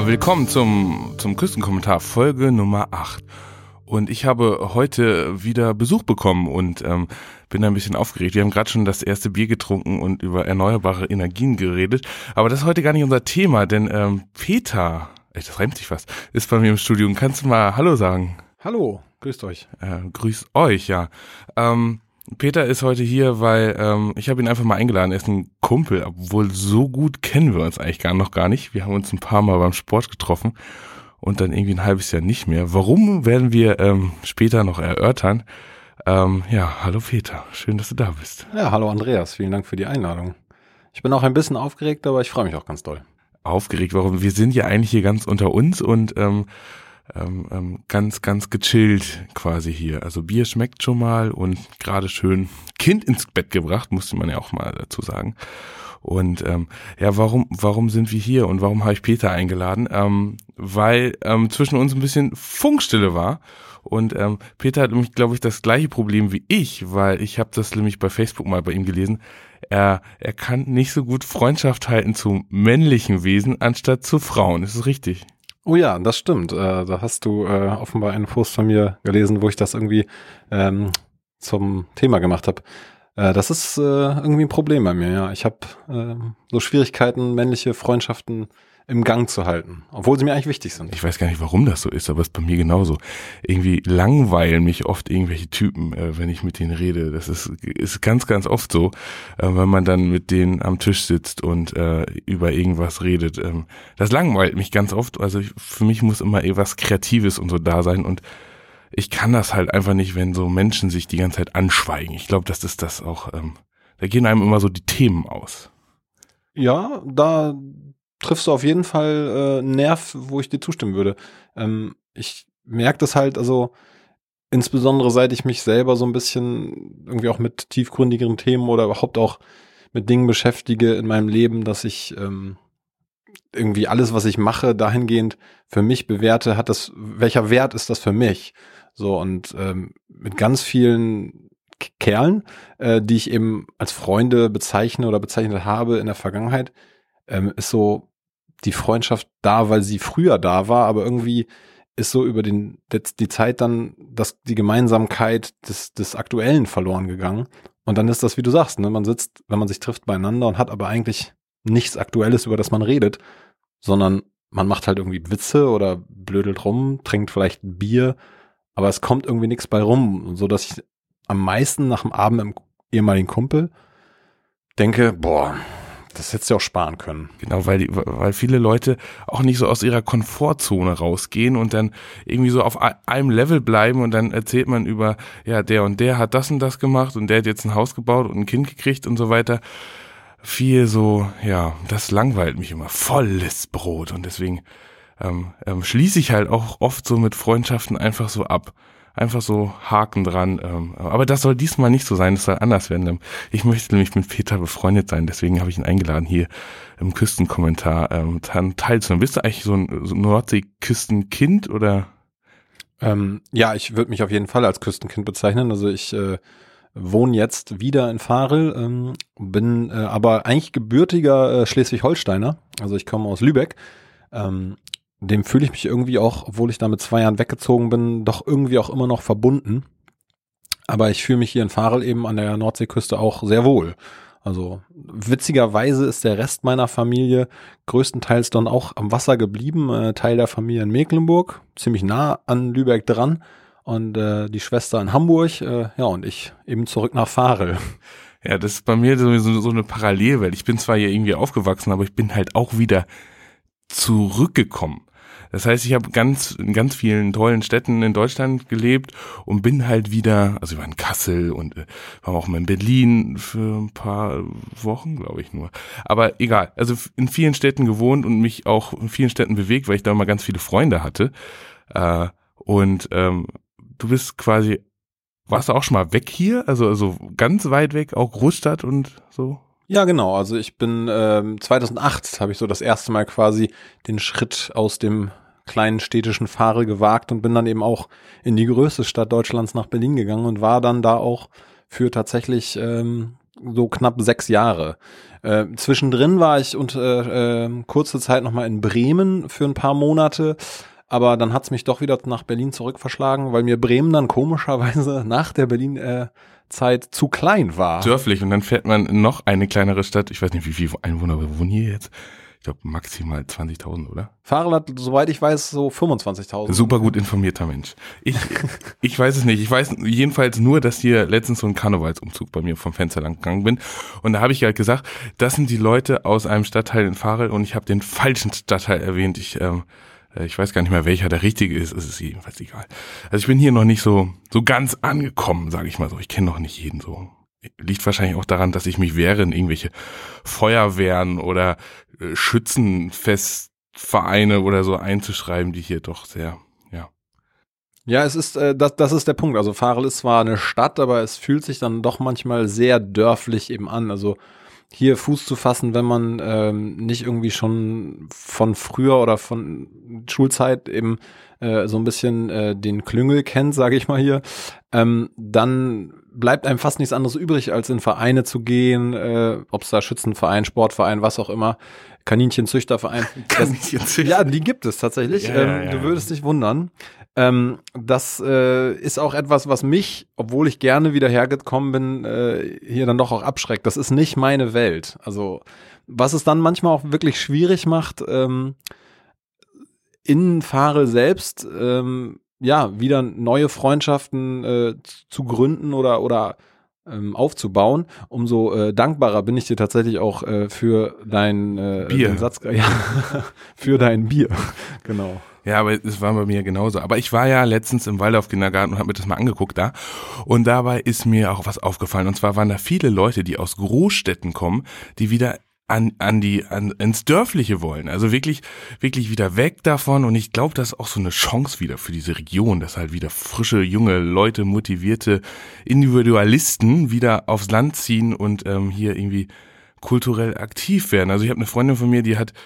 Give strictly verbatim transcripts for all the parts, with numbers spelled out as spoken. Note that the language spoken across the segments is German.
Ja, willkommen zum, zum Küstenkommentar, Folge Nummer acht. Und ich habe heute wieder Besuch bekommen und ähm, bin ein bisschen aufgeregt. Wir haben gerade schon das erste Bier getrunken und über erneuerbare Energien geredet. Aber das ist heute gar nicht unser Thema, denn ähm, Peter, echt, das reimt sich fast, ist bei mir im Studio. Kannst du mal Hallo sagen? Hallo, grüßt euch. Äh, grüß euch, ja. Ähm, Peter ist heute hier, weil ähm, ich habe ihn einfach mal eingeladen. Er ist ein Kumpel, obwohl so gut kennen wir uns eigentlich gar noch gar nicht. Wir haben uns ein paar Mal beim Sport getroffen und dann irgendwie ein halbes Jahr nicht mehr. Warum, werden wir ähm, später noch erörtern. Ähm, ja, hallo Peter, schön, dass du da bist. Ja, hallo Andreas, vielen Dank für die Einladung. Ich bin auch ein bisschen aufgeregt, aber ich freue mich auch ganz doll. Aufgeregt, warum? Wir sind ja eigentlich hier ganz unter uns und ähm, ähm, ähm, ganz, ganz gechillt quasi hier. Also Bier schmeckt schon mal und gerade schön Kind ins Bett gebracht, musste man ja auch mal dazu sagen. Und ähm, ja, warum warum sind wir hier und warum habe ich Peter eingeladen? Ähm, weil ähm, zwischen uns ein bisschen Funkstille war und ähm, Peter hat nämlich, glaube ich, das gleiche Problem wie ich, weil ich habe das nämlich bei Facebook mal bei ihm gelesen. Er er kann nicht so gut Freundschaft halten zu männlichen Wesen anstatt zu Frauen. Ist es richtig? Oh ja, das stimmt. Äh, da hast du äh, offenbar einen Post von mir gelesen, wo ich das irgendwie ähm, zum Thema gemacht habe. Äh, das ist äh, irgendwie ein Problem bei mir, ja. Ich habe äh, so Schwierigkeiten, männliche Freundschaften im Gang zu halten, obwohl sie mir eigentlich wichtig sind. Ich weiß gar nicht, warum das so ist, aber es ist bei mir genauso. Irgendwie langweilen mich oft irgendwelche Typen, äh, wenn ich mit denen rede. Das ist ist ganz, ganz oft so, äh, wenn man dann mit denen am Tisch sitzt und äh, über irgendwas redet. Ähm, das langweilt mich ganz oft. Also ich, für mich muss immer irgendwas Kreatives und so da sein und ich kann das halt einfach nicht, wenn so Menschen sich die ganze Zeit anschweigen. Ich glaube, das ist das auch, ähm, da gehen einem immer so die Themen aus. Ja, da triffst du auf jeden Fall äh, einen Nerv, wo ich dir zustimmen würde. Ähm, ich merke das halt, also insbesondere seit ich mich selber so ein bisschen irgendwie auch mit tiefgründigeren Themen oder überhaupt auch mit Dingen beschäftige in meinem Leben, dass ich ähm, irgendwie alles, was ich mache, dahingehend für mich bewerte, hat das, welcher Wert ist das für mich? So, und ähm, mit ganz vielen K- Kerlen, äh, die ich eben als Freunde bezeichne oder bezeichnet habe in der Vergangenheit, ähm, ist so die Freundschaft da, weil sie früher da war, aber irgendwie ist so über den die Zeit dann das, die Gemeinsamkeit des, des Aktuellen verloren gegangen. Und dann ist das, wie du sagst, ne, man sitzt, wenn man sich trifft, beieinander und hat aber eigentlich nichts Aktuelles, über das man redet, sondern man macht halt irgendwie Witze oder blödelt rum, trinkt vielleicht ein Bier, aber es kommt irgendwie nichts bei rum, so dass ich am meisten nach dem Abend im ehemaligen Kumpel denke, boah, das hättest du auch sparen können. Genau, weil die, weil viele Leute auch nicht so aus ihrer Komfortzone rausgehen und dann irgendwie so auf einem Level bleiben und dann erzählt man über, ja, der und der hat das und das gemacht und der hat jetzt ein Haus gebaut und ein Kind gekriegt und so weiter. Viel so, ja, das langweilt mich immer. Volles Brot und deswegen ähm, ähm, schließe ich halt auch oft so mit Freundschaften einfach so ab. Einfach so Haken dran. Ähm, aber das soll diesmal nicht so sein, das soll anders werden. Ich möchte nämlich mit Peter befreundet sein, deswegen habe ich ihn eingeladen, hier im Küstenkommentar ähm, teilzunehmen. Bist du eigentlich so ein, so ein Nordsee-Küstenkind oder? Ähm, ja, ich würde mich auf jeden Fall als Küstenkind bezeichnen. Also ich äh, wohne jetzt wieder in Varel, ähm, bin äh, aber eigentlich gebürtiger äh, Schleswig-Holsteiner. Also ich komme aus Lübeck. Ähm, dem fühle ich mich irgendwie auch, obwohl ich da mit zwei Jahren weggezogen bin, doch irgendwie auch immer noch verbunden. Aber ich fühle mich hier in Varel eben an der Nordseeküste auch sehr wohl. Also witzigerweise ist der Rest meiner Familie größtenteils dann auch am Wasser geblieben. Äh, Teil der Familie in Mecklenburg, ziemlich nah an Lübeck dran. Und äh, die Schwester in Hamburg, äh, ja, und ich eben zurück nach Varel. Ja, das ist bei mir sowieso so eine Parallelwelt. Ich bin zwar hier irgendwie aufgewachsen, aber ich bin halt auch wieder zurückgekommen. Das heißt, ich habe ganz in ganz vielen tollen Städten in Deutschland gelebt und bin halt wieder, also ich war in Kassel und äh, war auch mal in Berlin für ein paar Wochen, glaube ich nur. Aber egal, also in vielen Städten gewohnt und mich auch in vielen Städten bewegt, weil ich da mal ganz viele Freunde hatte. Äh, und ähm, du bist quasi, warst du auch schon mal weg hier? Also, also ganz weit weg, auch Großstadt und so? Ja, genau. Also ich bin ähm, zweitausendacht habe ich so das erste Mal quasi den Schritt aus dem kleinen städtischen Varel gewagt und bin dann eben auch in die größte Stadt Deutschlands nach Berlin gegangen und war dann da auch für tatsächlich ähm, so knapp sechs Jahre. Äh, zwischendrin war ich und äh, äh, kurze Zeit nochmal in Bremen für ein paar Monate, aber dann hat's mich doch wieder nach Berlin zurückverschlagen, weil mir Bremen dann komischerweise nach der Berlin-Zeit äh, zu klein war. Dörflich, und dann fährt man in noch eine kleinere Stadt, ich weiß nicht, wie viele Einwohner wir wohnen hier jetzt. Ich glaube maximal zwanzigtausend, oder? Farel hat, soweit ich weiß, so fünfundzwanzigtausend. Super gut informierter Mensch. Ich, ich weiß es nicht. Ich weiß jedenfalls nur, dass hier letztens so ein Karnevalsumzug bei mir vom Fenster lang gegangen bin. Und da habe ich halt gesagt, das sind die Leute aus einem Stadtteil in Farel, und ich habe den falschen Stadtteil erwähnt. Ich, ähm, ich weiß gar nicht mehr, welcher der richtige ist. Es ist jedenfalls egal. Also ich bin hier noch nicht so, so ganz angekommen, sage ich mal so. Ich kenne noch nicht jeden so. Liegt wahrscheinlich auch daran, dass ich mich wehre, in irgendwelche Feuerwehren oder äh, Schützenfestvereine oder so einzuschreiben, die hier doch sehr, ja. Ja, es ist, äh, das, das ist der Punkt. Also Farel ist zwar eine Stadt, aber es fühlt sich dann doch manchmal sehr dörflich eben an. Also hier Fuß zu fassen, wenn man ähm, nicht irgendwie schon von früher oder von Schulzeit eben äh, so ein bisschen äh, den Klüngel kennt, sage ich mal hier, ähm, dann bleibt einem fast nichts anderes übrig, als in Vereine zu gehen, äh, ob es da Schützenverein, Sportverein, was auch immer, Kaninchenzüchterverein. Kaninchenzüchter. Ja, die gibt es tatsächlich. Ja, ähm, ja, ja. Du würdest dich wundern. Ähm, das äh, ist auch etwas, was mich, obwohl ich gerne wieder hergekommen bin, äh, hier dann doch auch abschreckt. Das ist nicht meine Welt. Also was es dann manchmal auch wirklich schwierig macht, ähm, in Farel selbst ähm, ja, wieder neue Freundschaften äh, zu gründen oder oder ähm, aufzubauen. Umso äh, dankbarer bin ich dir tatsächlich auch äh, für dein äh, Bier. den Satz, ja, für dein Bier, genau. Ja, aber es war bei mir genauso. Aber ich war ja letztens im Waldorf-Kindergarten und habe mir das mal angeguckt da. Und dabei ist mir auch was aufgefallen. Und zwar waren da viele Leute, die aus Großstädten kommen, die wieder an an die an ins Dörfliche wollen. Also wirklich wirklich wieder weg davon. Und ich glaube, das ist auch so eine Chance wieder für diese Region, dass halt wieder frische, junge Leute, motivierte Individualisten wieder aufs Land ziehen und ähm, hier irgendwie kulturell aktiv werden. Also ich habe eine Freundin von mir, die hat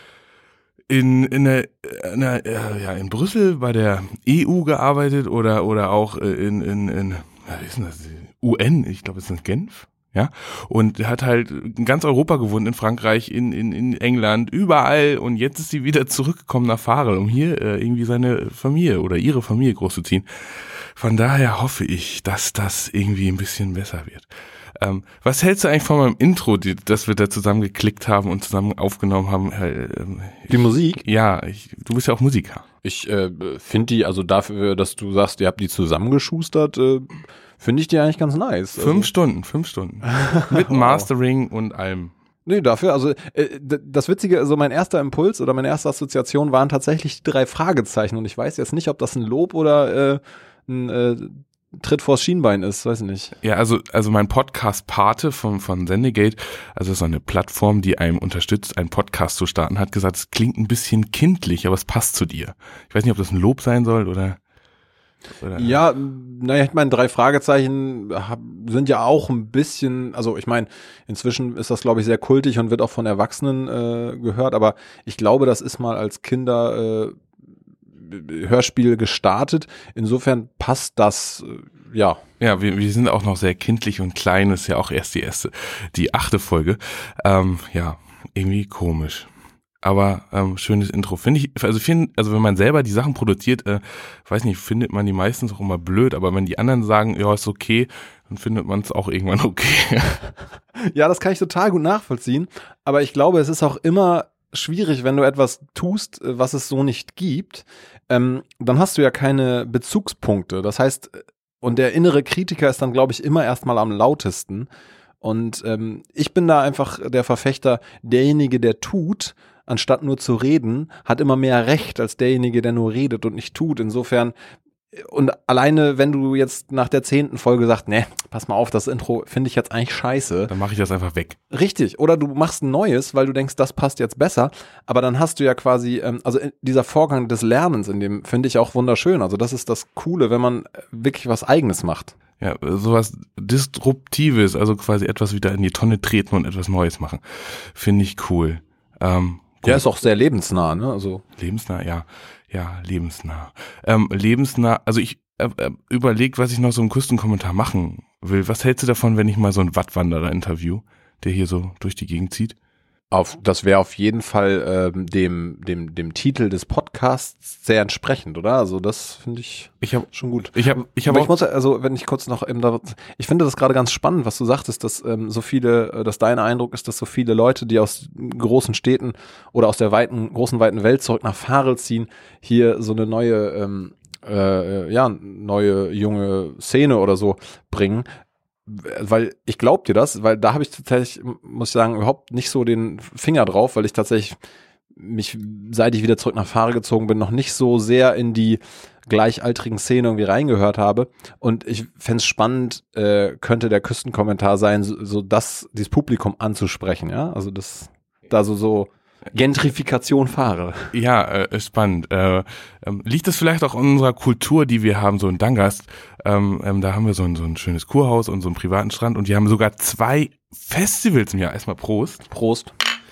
in in der, in der ja in Brüssel bei der E U gearbeitet oder oder auch in in in was ist denn das? U N, ich glaube, es ist Genf. Ja, und hat halt in ganz Europa gewohnt, in Frankreich, in, in, in England, überall, und jetzt ist sie wieder zurückgekommen nach Farel, um hier äh, irgendwie seine Familie oder ihre Familie großzuziehen. Von daher hoffe ich, dass das irgendwie ein bisschen besser wird. Ähm, was hältst du eigentlich von meinem Intro, die, das wir da zusammen geklickt haben und zusammen aufgenommen haben? Äh, Die Musik? Ja, ich, du bist ja auch Musiker. Ich äh, finde die, also dafür, dass du sagst, ihr habt die zusammengeschustert, äh, finde ich die eigentlich ganz nice. Fünf also. Stunden, fünf Stunden. Mit Mastering und allem. Nee, dafür, also äh, das Witzige, also mein erster Impuls oder meine erste Assoziation waren tatsächlich die drei Fragezeichen, und ich weiß jetzt nicht, ob das ein Lob oder äh, ein äh, Tritt vors Schienbein ist, weiß nicht. Ja, also also mein Podcast-Pate von von Sendegate, also so eine Plattform, die einem unterstützt, einen Podcast zu starten, hat gesagt, es klingt ein bisschen kindlich, aber es passt zu dir. Ich weiß nicht, ob das ein Lob sein soll oder... Oder? Ja, naja, ich meine, drei Fragezeichen hab, sind ja auch ein bisschen, also ich meine, inzwischen ist das, glaube ich, sehr kultig und wird auch von Erwachsenen äh, gehört, aber ich glaube, das ist mal als Kinder äh, Hörspiel gestartet. Insofern passt das, äh, ja. Ja, wir, wir sind auch noch sehr kindlich und klein, ist ja auch erst die erste, die achte Folge. Ähm, ja, irgendwie komisch. Aber ähm, schönes Intro. Finde ich, also find, also wenn man selber die Sachen produziert, äh, weiß nicht, findet man die meistens auch immer blöd, aber wenn die anderen sagen, ja, ist okay, dann findet man es auch irgendwann okay. Ja, das kann ich total gut nachvollziehen, aber ich glaube, es ist auch immer schwierig, wenn du etwas tust, was es so nicht gibt, ähm, dann hast du ja keine Bezugspunkte. Das heißt, und der innere Kritiker ist dann, glaube ich, immer erstmal am lautesten. Und ähm, ich bin da einfach der Verfechter, derjenige, der tut, anstatt nur zu reden, hat immer mehr Recht als derjenige, der nur redet und nicht tut. Insofern, und alleine, wenn du jetzt nach der zehnten Folge sagst, ne, pass mal auf, das Intro finde ich jetzt eigentlich scheiße. Dann mache ich das einfach weg. Richtig. Oder du machst ein neues, weil du denkst, das passt jetzt besser. Aber dann hast du ja quasi, ähm, also dieser Vorgang des Lernens, in dem finde ich auch wunderschön. Also das ist das Coole, wenn man wirklich was Eigenes macht. Ja, sowas Disruptives, also quasi etwas wieder in die Tonne treten und etwas Neues machen. Finde ich cool. Ähm, Der ist auch sehr lebensnah, ne? Also lebensnah, ja. Ja, lebensnah. Ähm, lebensnah, also ich äh, äh, überlegt, was ich noch so im Küstenkommentar machen will. Was hältst du davon, wenn ich mal so einen Wattwanderer interview, der hier so durch die Gegend zieht? Auf, das wäre auf jeden Fall ähm, dem, dem, dem Titel des Podcasts sehr entsprechend, oder? Also das finde ich, ich hab, schon gut. Ich habe, ich habe Aber ich muss, also wenn ich kurz noch eben da, ich finde das gerade ganz spannend, was du sagtest, dass ähm, so viele, dass dein Eindruck ist, dass so viele Leute, die aus großen Städten oder aus der weiten, großen, weiten Welt zurück nach Varel ziehen, hier so eine neue, ähm, äh, ja, neue junge Szene oder so bringen. Weil ich glaub dir das, weil da habe ich tatsächlich, muss ich sagen, überhaupt nicht so den Finger drauf, weil ich tatsächlich mich, seit ich wieder zurück nach Varel gezogen bin, noch nicht so sehr in die gleichaltrigen Szenen irgendwie reingehört habe. Und ich fände es spannend, äh, könnte der Küstenkommentar sein, so, so das, dieses Publikum anzusprechen, ja, also das, da so, so Gentrifikation Varel. Ja, äh, spannend. Äh, ähm, liegt das vielleicht auch in unserer Kultur, die wir haben, so in Dangast? Ähm, ähm, da haben wir so ein, so ein schönes Kurhaus und so einen privaten Strand und die haben sogar zwei Festivals im Jahr. Erstmal Prost. Prost.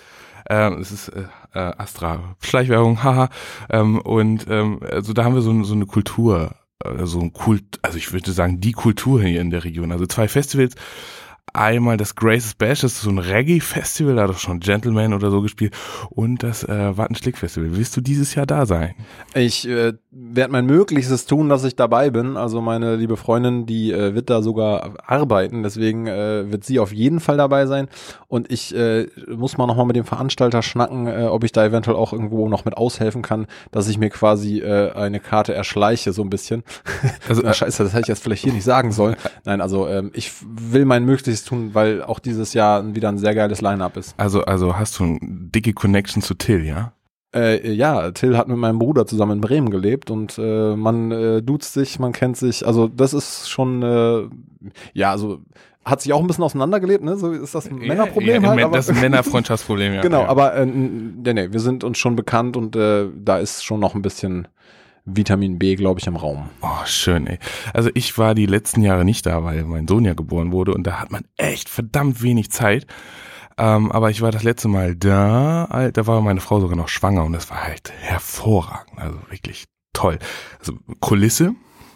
Ähm, es ist äh, äh, Astra, Schleichwerbung, haha. Ähm, und ähm, also da haben wir so, so eine Kultur, äh, so ein Kult, also ich würde sagen, die Kultur hier in der Region. Also zwei Festivals. Einmal das Grace's Bash, das ist so ein Reggae-Festival, da hat auch schon Gentleman oder so gespielt, und das äh, Wattenschlick-Festival. Willst du dieses Jahr da sein? Ich äh, werde mein Möglichstes tun, dass ich dabei bin. Also meine liebe Freundin, die äh, wird da sogar arbeiten, deswegen äh, wird sie auf jeden Fall dabei sein. Und ich äh, muss mal nochmal mit dem Veranstalter schnacken, äh, ob ich da eventuell auch irgendwo noch mit aushelfen kann, dass ich mir quasi äh, eine Karte erschleiche, so ein bisschen. Also äh, scheiße, das hätte ich jetzt vielleicht hier nicht sagen sollen. Nein, also ähm, ich will mein Möglichstes tun, weil auch dieses Jahr wieder ein sehr geiles Line-Up ist. Also, also hast du eine dicke Connection zu Till, ja? Äh, ja, Till hat mit meinem Bruder zusammen in Bremen gelebt und äh, man äh, duzt sich, man kennt sich, also das ist schon, äh, ja, also hat sich auch ein bisschen auseinandergelebt, ne? So ist das ein Ja, Männerproblem ja, halt. aber das ist ein Männerfreundschaftsproblem, ja. Genau, ja. aber äh, nee, nee, wir sind uns schon bekannt und äh, da ist schon noch ein bisschen Vitamin B, glaube ich, im Raum. Oh, schön, ey. Also ich war die letzten Jahre nicht da, weil mein Sohn ja geboren wurde und da hat man echt verdammt wenig Zeit. Ähm, aber ich war das letzte Mal da, da war meine Frau sogar noch schwanger und das war halt hervorragend, also wirklich toll. Also Kulisse,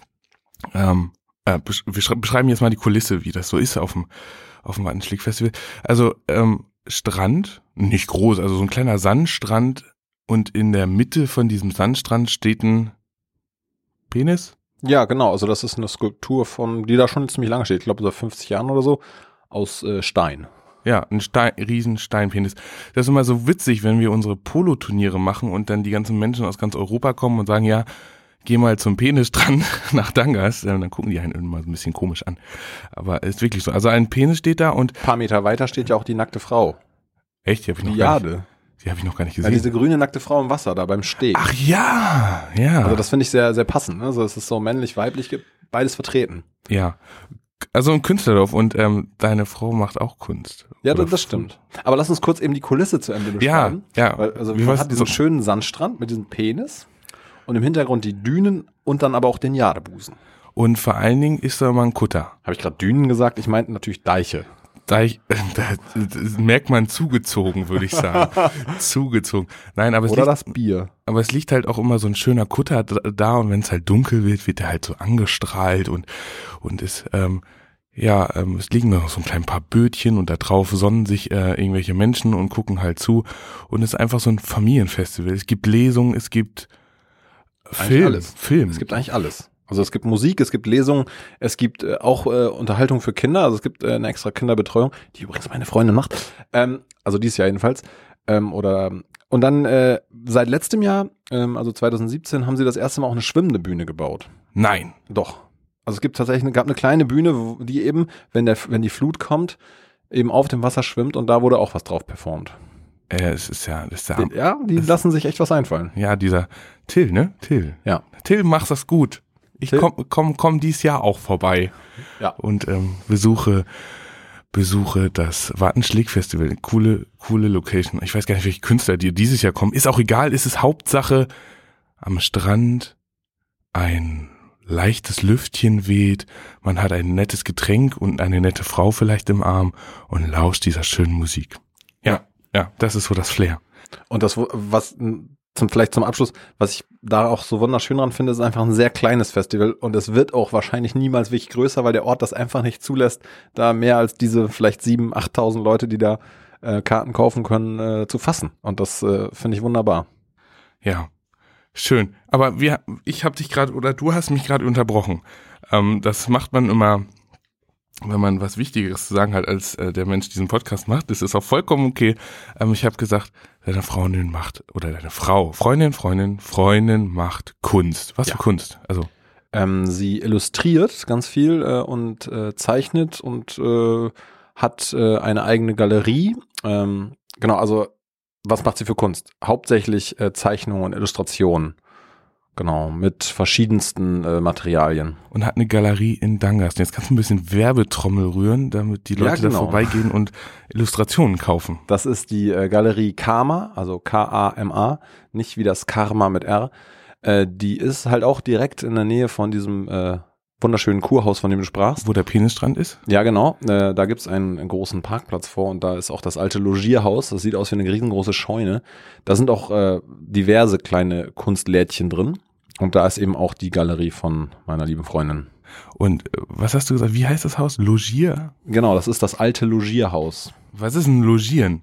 ähm, äh, wir beschreiben jetzt mal die Kulisse, wie das so ist auf dem, auf dem Wattenschlick-Festival. Also ähm, Strand, nicht groß, also so ein kleiner Sandstrand und in der Mitte von diesem Sandstrand steht ein Penis? Ja, genau, also das ist eine Skulptur von, die da schon ziemlich lange steht, ich glaube seit fünfzig Jahren oder so, aus äh, Stein. Ja, ein Stein, riesen Steinpenis. Das ist immer so witzig, wenn wir unsere Poloturniere machen und dann die ganzen Menschen aus ganz Europa kommen und sagen, ja, geh mal zum Penisstrand nach Dangast. Dann gucken die einen immer so ein bisschen komisch an. Aber ist wirklich so. Also ein Penis steht da und... Ein paar Meter weiter steht ja auch die nackte Frau. Echt? Die habe ich noch die gar nicht, Jade. Die habe ich noch gar nicht gesehen. Ja, diese grüne nackte Frau im Wasser, da beim Steg. Ach ja, ja. Also das finde ich sehr, sehr passend. Ne? Also es ist so männlich, weiblich, gibt beides vertreten. Ja. Also ein Künstlerdorf und ähm, deine Frau macht auch Kunst. Ja, Oder das stimmt. Aber lass uns kurz eben die Kulisse zu Ende beschreiben. Ja, ja. Weil, also Wie man was- hat diesen so- schönen Sandstrand mit diesem Penis und im Hintergrund die Dünen und dann aber auch den Jadebusen. Und vor allen Dingen ist da immer ein Kutter. Habe ich gerade Dünen gesagt? Ich meinte natürlich Deiche. Da, ich, da das merkt man zugezogen, würde ich sagen. Zugezogen. Nein, aber es, Oder liegt, das Bier. aber es liegt halt auch immer so ein schöner Kutter da da und wenn es halt dunkel wird, wird der halt so angestrahlt und und es ähm, ja, ähm, es liegen noch so ein klein paar Bötchen und da drauf sonnen sich äh, irgendwelche Menschen und gucken halt zu und es ist einfach so ein Familienfestival. Es gibt Lesungen, es gibt Film, alles. Film. Es gibt eigentlich alles. Also es gibt Musik, es gibt Lesungen, es gibt äh, auch äh, Unterhaltung für Kinder, also es gibt äh, eine extra Kinderbetreuung, die übrigens meine Freundin macht, ähm, also dieses Jahr jedenfalls. Ähm, oder und dann äh, seit letztem Jahr, ähm, also zwanzig siebzehn, haben sie das erste Mal auch eine schwimmende Bühne gebaut. Nein. Doch. Also es gibt tatsächlich eine, gab eine kleine Bühne, wo die eben, wenn der wenn die Flut kommt, eben auf dem Wasser schwimmt und da wurde auch was drauf performt. Äh, es ist ja, das ist ja, Ja, die das- lassen sich echt was einfallen. ja dieser Till, ne? Till. Ja. Till macht das gut. Ich Till? komm, komm, komm dies Jahr auch vorbei. Ja. Und ähm, besuche, besuche das Wattenschlick-Festival. Coole, coole Location. Ich weiß gar nicht, welche Künstler die dieses Jahr kommen. Ist auch egal, ist es Hauptsache am Strand ein leichtes Lüftchen weht, man hat ein nettes Getränk und eine nette Frau vielleicht im Arm und lauscht dieser schönen Musik. Ja, ja, das ist so das Flair. Und das, was zum, vielleicht zum Abschluss, was ich da auch so wunderschön dran finde, ist einfach ein sehr kleines Festival und es wird auch wahrscheinlich niemals wirklich größer, weil der Ort das einfach nicht zulässt, da mehr als diese vielleicht sieben, achttausend Leute, die da äh, Karten kaufen können, äh, zu fassen. Und das äh, finde ich wunderbar. Ja, schön. Aber wir, ich habe dich gerade, oder du hast mich gerade unterbrochen. Ähm, das macht man immer, wenn man was Wichtigeres zu sagen hat, als äh, der Mensch diesen Podcast macht. Das ist auch vollkommen okay. Ähm, ich habe gesagt, deine Freundin macht, oder deine Frau, Freundin, Freundin, Freundin macht Kunst. Was Ja. für Kunst? Also Ähm, sie illustriert ganz viel äh, und äh, zeichnet und äh, hat äh, eine eigene Galerie. Ähm, genau, also was macht sie für Kunst? Hauptsächlich äh, Zeichnungen und Illustrationen. Genau, mit verschiedensten äh, Materialien. und hat eine Galerie in Dangas. Jetzt kannst du ein bisschen Werbetrommel rühren, damit die Leute Ja, genau. da vorbeigehen und Illustrationen kaufen. Das ist die äh, Galerie Karma, also K A M A, nicht wie das Karma mit R. Äh, die ist halt auch direkt in der Nähe von diesem äh, wunderschönen Kurhaus, von dem du sprachst. Wo der Penisstrand ist? Ja, genau. Äh, da gibt's einen, einen großen Parkplatz vor und da ist auch das alte Logierhaus. Das sieht aus wie eine riesengroße Scheune. Da sind auch äh, diverse kleine Kunstlädchen drin. Und da ist eben auch die Galerie von meiner lieben Freundin. Und äh, was hast du gesagt? Wie heißt das Haus? Logier? Genau, das ist das alte Logierhaus. Was ist ein Logieren?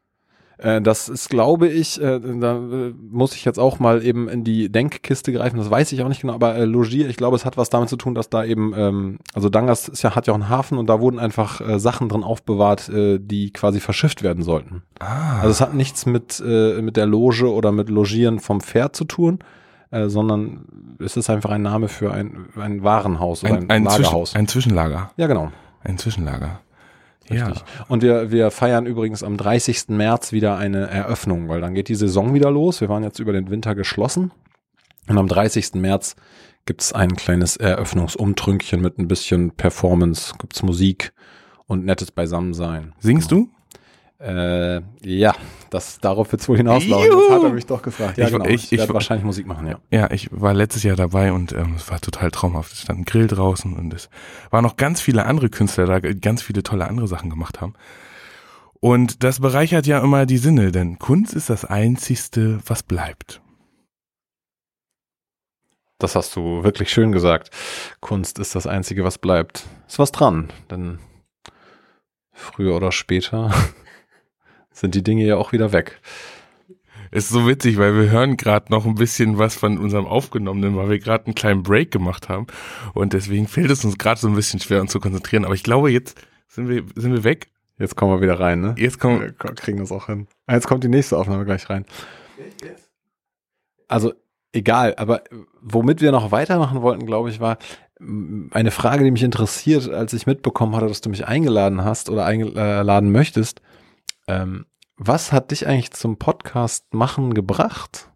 Äh, das ist, glaube ich, äh, da äh, muss ich jetzt auch mal eben in die Denkkiste greifen. Das weiß ich auch nicht genau, aber äh, Logier, ich glaube, es hat was damit zu tun, dass da eben, ähm, also Dangas ist ja, hat ja auch einen Hafen und da wurden einfach äh, Sachen drin aufbewahrt, äh, die quasi verschifft werden sollten. Ah. Also es hat nichts mit, äh, mit der Loge oder mit Logieren vom Pferd zu tun, äh, sondern es ist einfach ein Name für ein, ein Warenhaus oder ein, ein, ein, Lagerhaus. Zwischen, ein Zwischenlager. Ja, genau. Ein Zwischenlager. Richtig. Ja. Und wir, wir feiern übrigens am dreißigsten März wieder eine Eröffnung, weil dann geht die Saison wieder los. Wir waren jetzt über den Winter geschlossen. Und am dreißigsten März gibt's ein kleines Eröffnungsumtrünkchen mit ein bisschen Performance, gibt's Musik und nettes Beisammensein. Singst du? Äh, ja, das, darauf wird's wohl hinauslaufen. Juhu! Das hat er mich doch gefragt. Ja, Ich- genau. ich- Ich, ich- werde wahrscheinlich Musik machen, ja. Ja, ich war letztes Jahr dabei und ähm, es war total traumhaft. Es stand ein Grill draußen und es waren noch ganz viele andere Künstler da, die ganz viele tolle andere Sachen gemacht haben. Und das bereichert ja immer die Sinne, denn Kunst ist das Einzigste, was bleibt. Das hast du wirklich schön gesagt. Kunst ist das Einzige, was bleibt. Ist was dran, denn früher oder später sind die Dinge ja auch wieder weg. Ist so witzig, weil wir hören gerade noch ein bisschen was von unserem Aufgenommenen, weil wir gerade einen kleinen Break gemacht haben und deswegen fällt es uns gerade so ein bisschen schwer, uns zu konzentrieren. Aber ich glaube, jetzt sind wir sind wir weg. Jetzt kommen wir wieder rein, ne? Jetzt kommen Wir kriegen das auch hin. Ah, jetzt kommt die nächste Aufnahme gleich rein. Also egal, aber womit wir noch weitermachen wollten, glaube ich, war m, eine Frage, die mich interessiert, als ich mitbekommen hatte, dass du mich eingeladen hast oder eingeladen möchtest. Ähm, was hat dich eigentlich zum Podcast machen gebracht?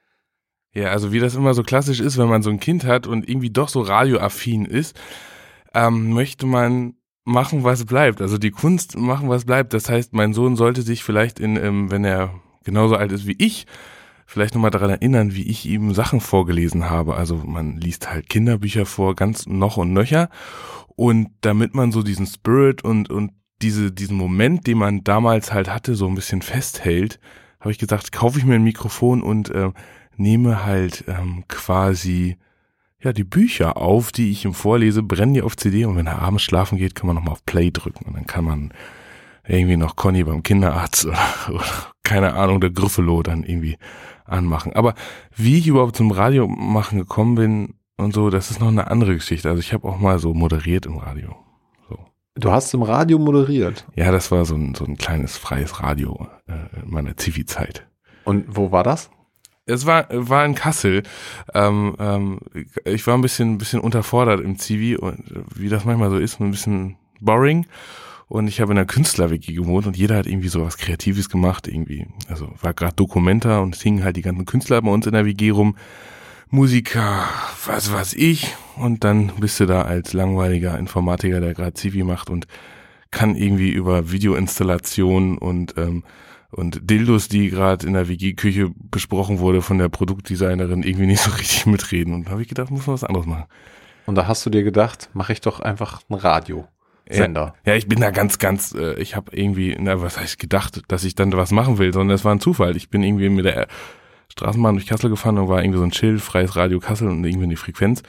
Ja, also wie das immer so klassisch ist, wenn man so ein Kind hat und irgendwie doch so radioaffin ist, ähm, möchte man machen, was bleibt. Also die Kunst machen, was bleibt. Das heißt, mein Sohn sollte sich vielleicht in, ähm, wenn er genauso alt ist wie ich, vielleicht nochmal daran erinnern, wie ich ihm Sachen vorgelesen habe. Also man liest halt Kinderbücher vor, ganz noch und nöcher. Und damit man so diesen Spirit und, und diese, diesen Moment, den man damals halt hatte, so ein bisschen festhält, habe ich gesagt, kaufe ich mir ein Mikrofon und äh, nehme halt ähm, quasi ja die Bücher auf, die ich ihm vorlese, brenne die auf C D und wenn er abends schlafen geht, kann man nochmal auf Play drücken und dann kann man irgendwie noch Conny beim Kinderarzt oder, oder keine Ahnung, der Griffelo dann irgendwie anmachen. Aber wie ich überhaupt zum Radio machen gekommen bin und so, das ist noch eine andere Geschichte. Also ich habe auch mal so moderiert im Radio. So. Du hast im Radio moderiert. Ja, das war so ein, so ein kleines freies Radio äh, in meiner Zivi-Zeit. Und wo war das? Es war, war in Kassel. Ähm, ähm, ich war ein bisschen, ein bisschen unterfordert im Zivi und wie das manchmal so ist, ein bisschen boring. Und ich habe in einer Künstler-W G gewohnt und jeder hat irgendwie so was Kreatives gemacht, irgendwie. Also war gerade Dokumenta und es hingen halt die ganzen Künstler bei uns in der W G rum. Musiker, was weiß ich. Und dann bist du da als langweiliger Informatiker, der gerade Zivi macht und kann irgendwie über Videoinstallation und ähm, und Dildos, die gerade in der W G-Küche besprochen wurde von der Produktdesignerin, irgendwie nicht so richtig mitreden. Und da habe ich gedacht, muss man was anderes machen. Und da hast du dir gedacht, mache ich doch einfach ein Radiosender. Ja, ja, ich bin da ganz, ganz, äh, ich habe irgendwie, na, was heißt gedacht, dass ich dann was machen will, sondern es war ein Zufall. Ich bin irgendwie mit der Straßenbahn durch Kassel gefahren und war irgendwie so ein Schild, freies Radio Kassel und irgendwie eine Frequenz.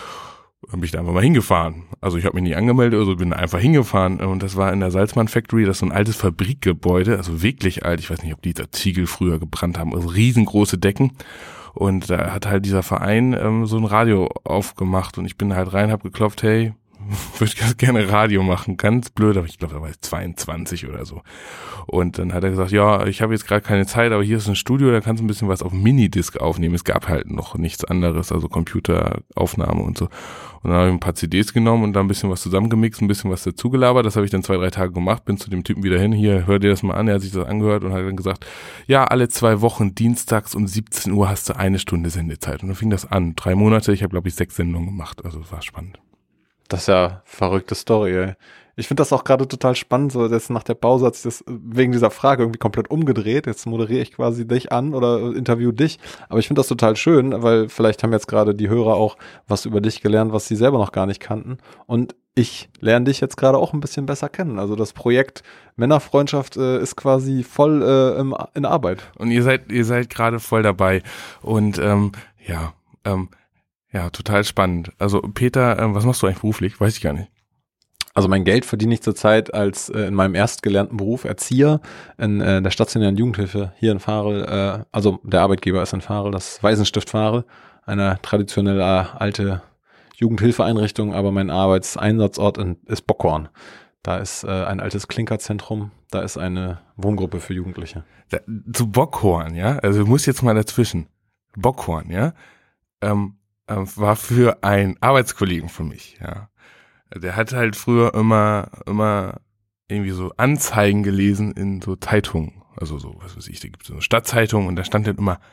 Dann bin ich da einfach mal hingefahren. Also ich habe mich nie angemeldet, also bin einfach hingefahren. Und das war in der Salzmann Factory, das ist so ein altes Fabrikgebäude, also wirklich alt. Ich weiß nicht, ob die da Ziegel früher gebrannt haben, also riesengroße Decken. Und da hat halt dieser Verein ähm, so ein Radio aufgemacht und ich bin halt rein, hab geklopft, hey, würde ganz gerne Radio machen, ganz blöd, aber ich glaube, da war ich zweiundzwanzig oder so. Und dann hat er gesagt, ja, ich habe jetzt gerade keine Zeit, aber hier ist ein Studio, da kannst du ein bisschen was auf Minidisc aufnehmen. Es gab halt noch nichts anderes, also Computeraufnahme und so. Und dann habe ich ein paar C Ds genommen und da ein bisschen was zusammengemixt, ein bisschen was dazugelabert. Das habe ich dann zwei, drei Tage gemacht, bin zu dem Typen wieder hin, hier, hör dir das mal an. Er hat sich das angehört und hat dann gesagt, ja, alle zwei Wochen, dienstags um siebzehn Uhr hast du eine Stunde Sendezeit. Und dann fing das an. Drei Monate, ich habe, glaube ich, sechs Sendungen gemacht, also es war spannend. Das ist ja verrückte Story, ey. Ich finde das auch gerade total spannend, so jetzt nach der Pause hat sich das wegen dieser Frage irgendwie komplett umgedreht. Jetzt moderiere ich quasi dich an oder interview dich. Aber ich finde das total schön, weil vielleicht haben jetzt gerade die Hörer auch was über dich gelernt, was sie selber noch gar nicht kannten. Und ich lerne dich jetzt gerade auch ein bisschen besser kennen. Also das Projekt Männerfreundschaft äh, ist quasi voll äh, im, in Arbeit. Und ihr seid, ihr seid gerade voll dabei. Und ähm, ja, ähm, ja, total spannend. Also Peter, äh, was machst du eigentlich beruflich? Weiß ich gar nicht. Also mein Geld verdiene ich zurzeit als äh, in meinem erstgelernten Beruf Erzieher in äh, der stationären Jugendhilfe hier in Varel. Äh, also der Arbeitgeber ist in Varel, das Waisenstift Varel, eine traditionelle äh, alte Jugendhilfeeinrichtung, aber mein Arbeitseinsatzort in, ist Bockhorn. Da ist äh, ein altes Klinkerzentrum, da ist eine Wohngruppe für Jugendliche. Da, zu Bockhorn, ja? Also du musst jetzt mal dazwischen. Bockhorn, ja? Ähm, äh, war für einen Arbeitskollegen von mich, ja. Der hat halt früher immer, immer irgendwie so Anzeigen gelesen in so Zeitungen. Also so, was weiß ich, da gibt es so eine Stadtzeitung und da stand dann immer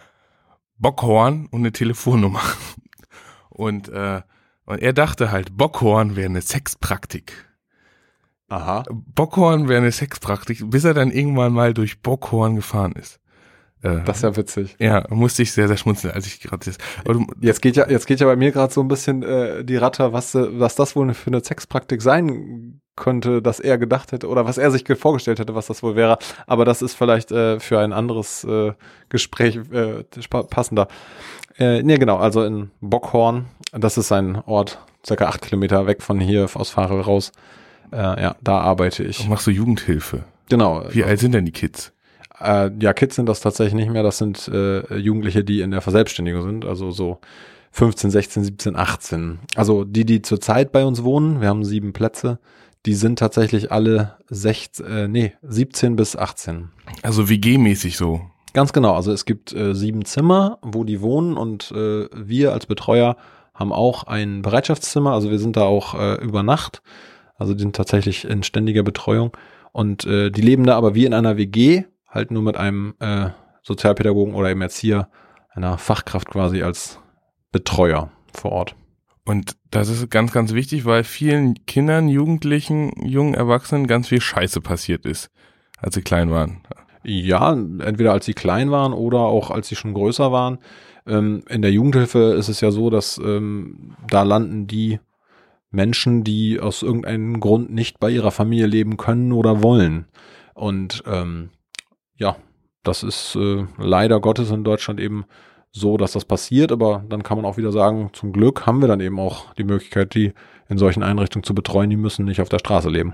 Bockhorn und eine Telefonnummer. Und, äh, und er dachte halt, Bockhorn wäre eine Sexpraktik. Aha. Bockhorn wäre eine Sexpraktik, bis er dann irgendwann mal durch Bockhorn gefahren ist. Äh, Das ist ja witzig. Ja, musste ich sehr, sehr schmunzeln, als ich gerade das. Aber Jetzt geht ja, jetzt geht ja bei mir gerade so ein bisschen äh, die Ratte, was, äh, was das wohl für eine Sexpraktik sein könnte, dass er gedacht hätte oder was er sich vorgestellt hätte, was das wohl wäre. Aber das ist vielleicht äh, für ein anderes äh, Gespräch äh, passender. Äh, nee, genau, also in Bockhorn, das ist ein Ort, circa acht Kilometer weg von hier aus Varel raus. Äh, ja, da arbeite ich. machst du Jugendhilfe? Genau. Wie alt sind denn die Kids? Äh, ja, Kids sind das tatsächlich nicht mehr. Das sind äh, Jugendliche, die in der Verselbstständigung sind. Also so fünfzehn, sechzehn, siebzehn, achtzehn. Also die, die zurzeit bei uns wohnen, wir haben sieben Plätze, die sind tatsächlich alle sechzehn, äh, nee, siebzehn bis achtzehn. Also W G-mäßig so. Ganz genau. Also es gibt äh, sieben Zimmer, wo die wohnen und äh, wir als Betreuer haben auch ein Bereitschaftszimmer. Also wir sind da auch äh, über Nacht. Also die sind tatsächlich in ständiger Betreuung. Und äh, die leben da aber wie in einer W G, halt nur mit einem äh, Sozialpädagogen oder einem Erzieher, einer Fachkraft quasi als Betreuer vor Ort. Und das ist ganz, ganz wichtig, weil vielen Kindern, Jugendlichen, jungen Erwachsenen ganz viel Scheiße passiert ist, als sie klein waren. Ja, entweder als sie klein waren oder auch als sie schon größer waren. Ähm, in der Jugendhilfe ist es ja so, dass ähm, da landen die Menschen, die aus irgendeinem Grund nicht bei ihrer Familie leben können oder wollen. Und ähm, ja, das ist äh, leider Gottes in Deutschland eben so, dass das passiert, aber dann kann man auch wieder sagen, zum Glück haben wir dann eben auch die Möglichkeit, die in solchen Einrichtungen zu betreuen, die müssen nicht auf der Straße leben.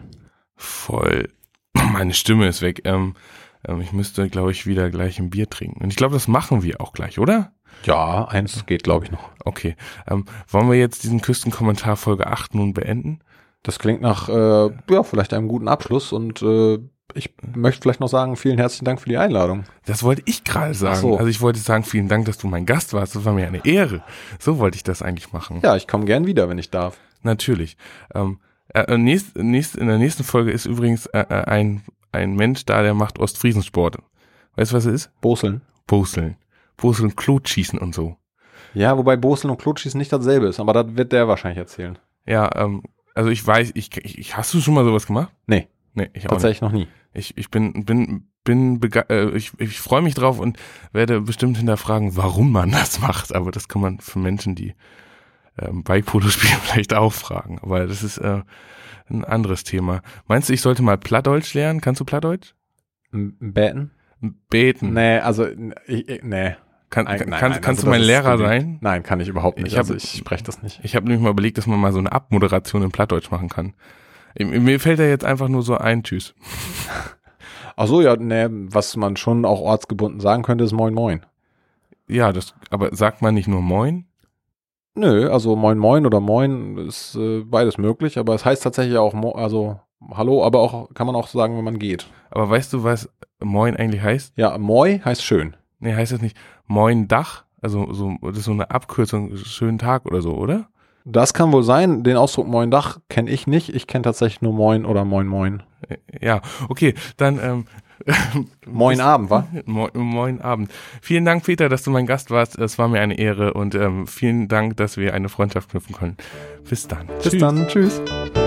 Voll. Meine Stimme ist weg. Ähm, ähm, ich müsste, glaube ich, wieder gleich ein Bier trinken. Und ich glaube, das machen wir auch gleich, oder? Ja, eins geht, glaube ich, noch. Okay. Ähm, wollen wir jetzt diesen Küstenkommentar Folge acht nun beenden? Das klingt nach, äh, ja, vielleicht einem guten Abschluss und äh, ich möchte vielleicht noch sagen, vielen herzlichen Dank für die Einladung. Das wollte ich gerade sagen. Ach so. Also ich wollte sagen, vielen Dank, dass du mein Gast warst. Das war mir eine Ehre. So wollte ich das eigentlich machen. Ja, ich komme gern wieder, wenn ich darf. Natürlich. Ähm, äh, nächst, nächst, in der nächsten Folge ist übrigens äh, ein, ein Mensch da, der macht Ostfriesensport. Weißt du, was er ist? Boseln. Boseln. Boseln, Klotschießen und so. Ja, wobei Boseln und Klotschießen nicht dasselbe ist, aber das wird der wahrscheinlich erzählen. Ja, ähm, also ich weiß, ich, ich hast du schon mal sowas gemacht? Nee. Nee, ich auch Tatsächlich nicht. noch nie. Ich, ich bin, bin, bin, bege- äh, ich, ich freue mich drauf und werde bestimmt hinterfragen, warum man das macht. Aber das kann man für Menschen, die ähm, Bike-Polo spielen, vielleicht auch fragen. Aber das ist äh, ein anderes Thema. Meinst du, ich sollte mal Plattdeutsch lernen? Kannst du Plattdeutsch? M- Beten? Beten. Nee, also, ich, ich, nee. Kann, Ein, nein, kann, nein, kannst also du mein das ist Lehrer beliebt. sein? Nein, kann ich überhaupt nicht. Ich hab- also ich spreche das nicht. Ich habe nämlich mal überlegt, dass man mal so eine Abmoderation in Plattdeutsch machen kann. Mir fällt ja jetzt einfach nur so ein, tschüss. Ach so, ja, ne, was man schon auch ortsgebunden sagen könnte, ist Moin Moin. Ja, das, aber sagt man nicht nur Moin? Nö, also Moin Moin oder Moin ist äh, beides möglich, aber es heißt tatsächlich auch, Mo- also Hallo, aber auch kann man auch sagen, wenn man geht. Aber weißt du, was Moin eigentlich heißt? Ja, Moi heißt schön. Nee, heißt das nicht Moin Dach? Also so, das ist so eine Abkürzung, schönen Tag oder so, oder? Das kann wohl sein. Den Ausdruck Moin Dach kenne ich nicht. Ich kenne tatsächlich nur Moin oder Moin Moin. Ja, okay, dann ähm, Moin Abend, wa? Moin, moin Abend. Vielen Dank, Peter, dass du mein Gast warst. Es war mir eine Ehre und ähm, vielen Dank, dass wir eine Freundschaft knüpfen können. Bis dann. Bis dann. Tschüss.